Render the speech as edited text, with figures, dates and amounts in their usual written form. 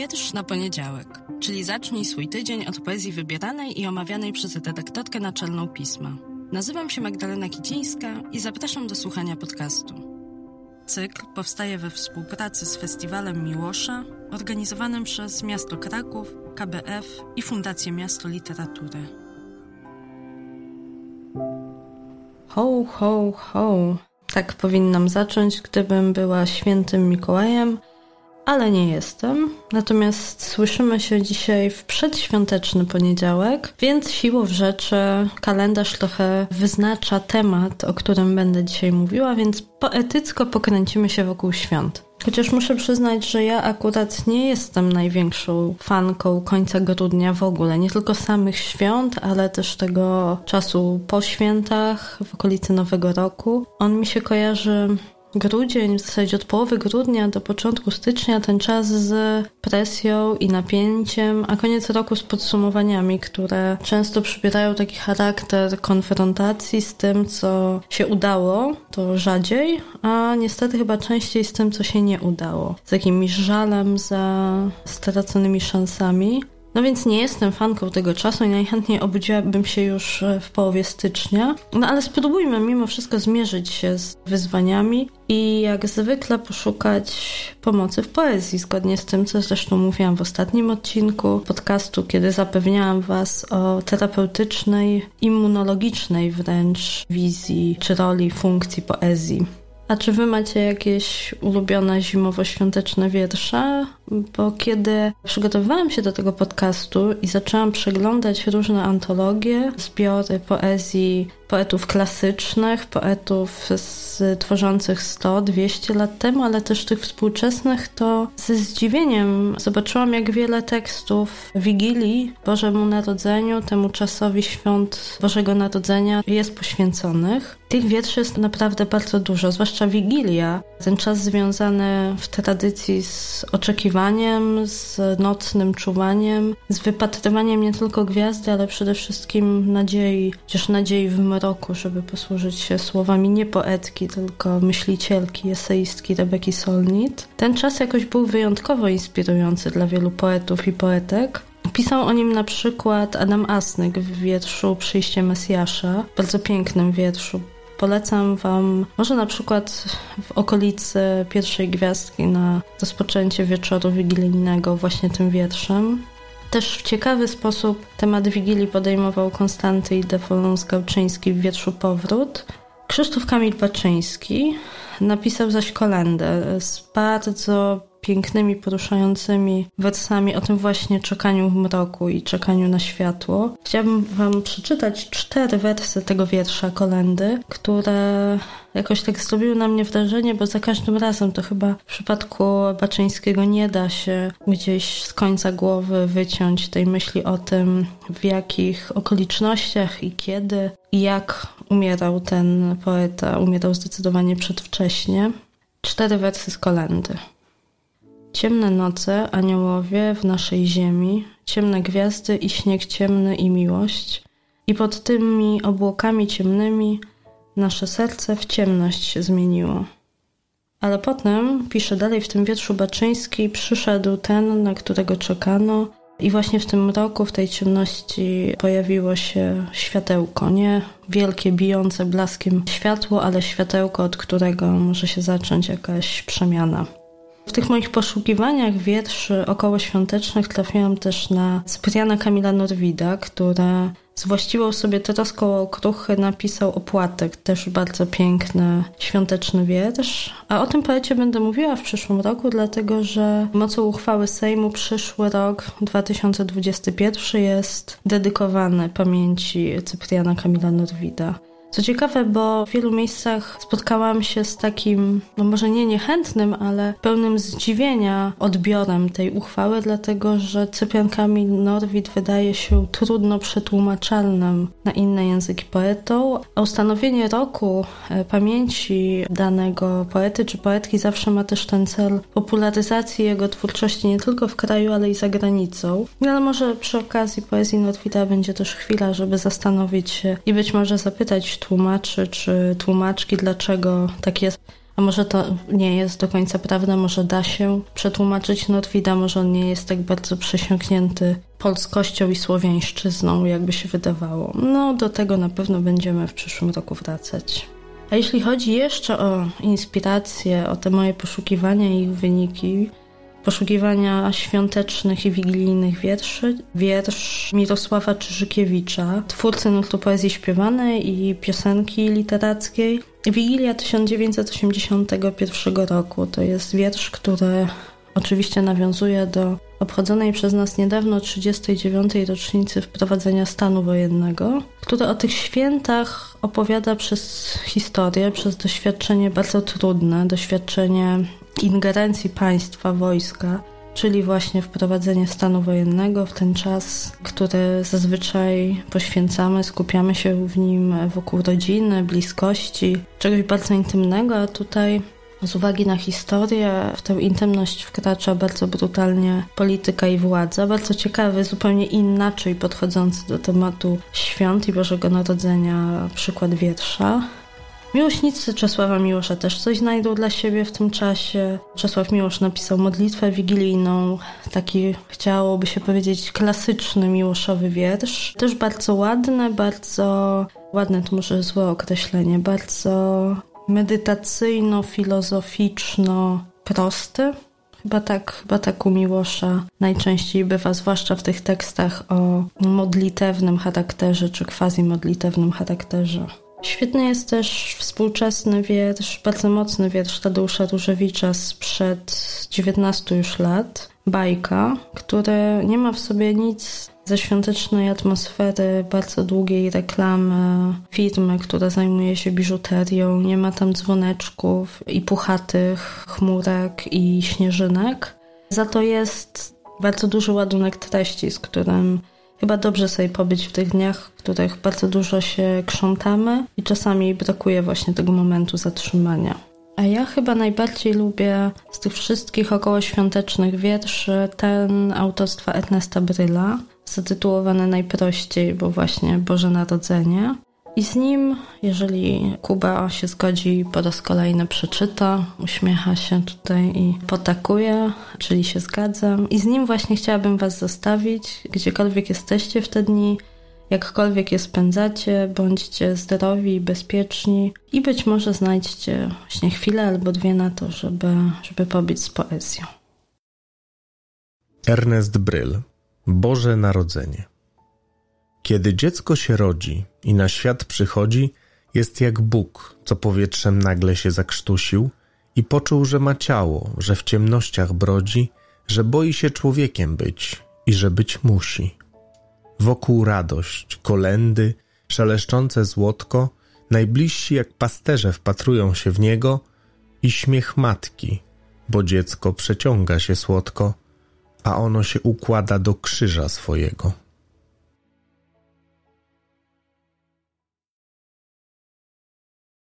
Wiersz na poniedziałek, czyli zacznij swój tydzień od poezji wybieranej i omawianej przez redaktorkę naczelną pisma. Nazywam się Magdalena Kicińska i zapraszam do słuchania podcastu. Cykl powstaje we współpracy z Festiwalem Miłosza, organizowanym przez Miasto Kraków, KBF i Fundację Miasto Literatury. Ho, ho, ho. Tak powinnam zacząć, gdybym była świętym Mikołajem, ale nie jestem. Natomiast słyszymy się dzisiaj w przedświąteczny poniedziałek, więc siłą rzeczy kalendarz trochę wyznacza temat, o którym będę dzisiaj mówiła, więc poetycko pokręcimy się wokół świąt. Chociaż muszę przyznać, że ja akurat nie jestem największą fanką końca grudnia w ogóle. Nie tylko samych świąt, ale też tego czasu po świętach, w okolicy Nowego Roku. On mi się kojarzy... Grudzień, w zasadzie od połowy grudnia do początku stycznia, ten czas z presją i napięciem, a koniec roku z podsumowaniami, które często przybierają taki charakter konfrontacji z tym, co się udało, to rzadziej, a niestety chyba częściej z tym, co się nie udało. Z jakimś żalem za straconymi szansami. No więc nie jestem fanką tego czasu i najchętniej obudziłabym się już w połowie stycznia. No ale spróbujmy mimo wszystko zmierzyć się z wyzwaniami i jak zwykle poszukać pomocy w poezji, zgodnie z tym, co zresztą mówiłam w ostatnim odcinku podcastu, kiedy zapewniałam Was o terapeutycznej, immunologicznej wręcz wizji czy roli, funkcji poezji. A czy wy macie jakieś ulubione zimowo-świąteczne wiersze? Bo kiedy przygotowywałam się do tego podcastu i zaczęłam przeglądać różne antologie, zbiory poezji poetów klasycznych, poetów tworzących 100-200 lat temu, ale też tych współczesnych, to ze zdziwieniem zobaczyłam, jak wiele tekstów Wigilii, Bożemu Narodzeniu, temu czasowi świąt Bożego Narodzenia jest poświęconych. Tych wierszy jest naprawdę bardzo dużo, zwłaszcza Wigilia, ten czas związany w tradycji z oczekiwaniem, z nocnym czuwaniem, z wypatrywaniem nie tylko gwiazdy, ale przede wszystkim nadziei, chociaż nadziei w mroku, żeby posłużyć się słowami nie poetki, tylko myślicielki, eseistki Rebeki Solnit. Ten czas jakoś był wyjątkowo inspirujący dla wielu poetów i poetek. Pisał o nim na przykład Adam Asnyk w wierszu Przyjście Mesjasza, bardzo pięknym wierszu. Polecam Wam może na przykład w okolicy pierwszej gwiazdki na rozpoczęcie wieczoru wigilijnego właśnie tym wierszem. Też w ciekawy sposób temat Wigilii podejmował Konstanty Ildefonс-Gałczyński w wierszu Powrót. Krzysztof Kamil Baczyński napisał zaś kolędę z bardzo pięknymi, poruszającymi wersami o tym właśnie czekaniu w mroku i czekaniu na światło. Chciałabym Wam przeczytać 4 wersy tego wiersza kolędy, które jakoś tak zrobiły na mnie wrażenie, bo za każdym razem to chyba w przypadku Baczyńskiego nie da się gdzieś z końca głowy wyciąć tej myśli o tym, w jakich okolicznościach i kiedy i jak umierał ten poeta. Umierał zdecydowanie przedwcześnie. 4 wersy z kolędy. Ciemne noce, aniołowie w naszej ziemi, ciemne gwiazdy i śnieg ciemny i miłość. I pod tymi obłokami ciemnymi nasze serce w ciemność się zmieniło. Ale potem, pisze dalej w tym wierszu Baczyński, przyszedł ten, na którego czekano i właśnie w tym mroku, w tej ciemności pojawiło się światełko. Nie wielkie, bijące blaskiem światło, ale światełko, od którego może się zacząć jakaś przemiana. W tych moich poszukiwaniach wierszy okołoświątecznych trafiłam też na Cypriana Kamila Norwida, który z właściwą sobie troską o okruchy napisał Opłatek, też bardzo piękny, świąteczny wiersz. A o tym poecie będę mówiła w przyszłym roku, dlatego że mocą uchwały Sejmu przyszły rok 2021 jest dedykowany pamięci Cypriana Kamila Norwida. Co ciekawe, bo w wielu miejscach spotkałam się z takim, no może nie niechętnym, ale pełnym zdziwienia odbiorem tej uchwały, dlatego że Cyprian Kamil Norwid wydaje się trudno przetłumaczalnym na inne języki poetą, a ustanowienie roku pamięci danego poety czy poetki zawsze ma też ten cel popularyzacji jego twórczości nie tylko w kraju, ale i za granicą. No ale może przy okazji poezji Norwida będzie też chwila, żeby zastanowić się i być może zapytać tłumaczy czy tłumaczki, dlaczego tak jest. A może to nie jest do końca prawda, może da się przetłumaczyć Norwida, może on nie jest tak bardzo przesiąknięty polskością i słowiańszczyzną, jakby się wydawało. No, do tego na pewno będziemy w przyszłym roku wracać. A jeśli chodzi jeszcze o inspiracje, o te moje poszukiwania i ich wyniki, poszukiwania świątecznych i wigilijnych wierszy, wiersz Mirosława Czyżykiewicza, twórcy nurtu poezji śpiewanej i piosenki literackiej. Wigilia 1981 roku to jest wiersz, który oczywiście nawiązuje do obchodzonej przez nas niedawno 39. rocznicy wprowadzenia stanu wojennego, który o tych świętach opowiada przez historię, przez doświadczenie bardzo trudne, doświadczenie ingerencji państwa, wojska, czyli właśnie wprowadzenie stanu wojennego w ten czas, który zazwyczaj poświęcamy, skupiamy się w nim wokół rodziny, bliskości, czegoś bardzo intymnego, a tutaj z uwagi na historię w tę intymność wkracza bardzo brutalnie polityka i władza. Bardzo ciekawy, zupełnie inaczej podchodzący do tematu świąt i Bożego Narodzenia przykład wiersza. Miłośnicy Czesława Miłosza też coś znajdą dla siebie w tym czasie. Czesław Miłosz napisał modlitwę wigilijną, taki chciałoby się powiedzieć klasyczny miłoszowy wiersz. Też bardzo ładne to może złe określenie, bardzo medytacyjno-filozoficzno prosty. Chyba tak u Miłosza najczęściej bywa, zwłaszcza w tych tekstach o modlitewnym charakterze czy quasi-modlitewnym charakterze. Świetny jest też współczesny wiersz, bardzo mocny wiersz Tadeusza Różewicza sprzed 19 już lat, Bajka, który nie ma w sobie nic ze świątecznej atmosfery, bardzo długiej reklamy firmy, która zajmuje się biżuterią. Nie ma tam dzwoneczków i puchatych chmurek i śnieżynek. Za to jest bardzo duży ładunek treści, z którym chyba dobrze sobie pobyć w tych dniach, w których bardzo dużo się krzątamy i czasami brakuje właśnie tego momentu zatrzymania. A ja chyba najbardziej lubię z tych wszystkich okołoświątecznych wierszy ten autorstwa Ernesta Bryla, zatytułowany najprościej, bo właśnie Boże Narodzenie. I z nim, jeżeli Kuba się zgodzi, po raz kolejny przeczyta, uśmiecha się tutaj i potakuje, czyli się zgadzam. I z nim właśnie chciałabym Was zostawić, gdziekolwiek jesteście w te dni, jakkolwiek je spędzacie, bądźcie zdrowi i bezpieczni i być może znajdźcie właśnie chwilę albo dwie na to, żeby pobyć z poezją. Ernest Bryl. Boże Narodzenie. Kiedy dziecko się rodzi i na świat przychodzi, jest jak Bóg, co powietrzem nagle się zakrztusił i poczuł, że ma ciało, że w ciemnościach brodzi, że boi się człowiekiem być i że być musi. Wokół radość, kolędy, szeleszczące złotko, najbliżsi jak pasterze wpatrują się w niego i śmiech matki, bo dziecko przeciąga się słodko, a ono się układa do krzyża swojego.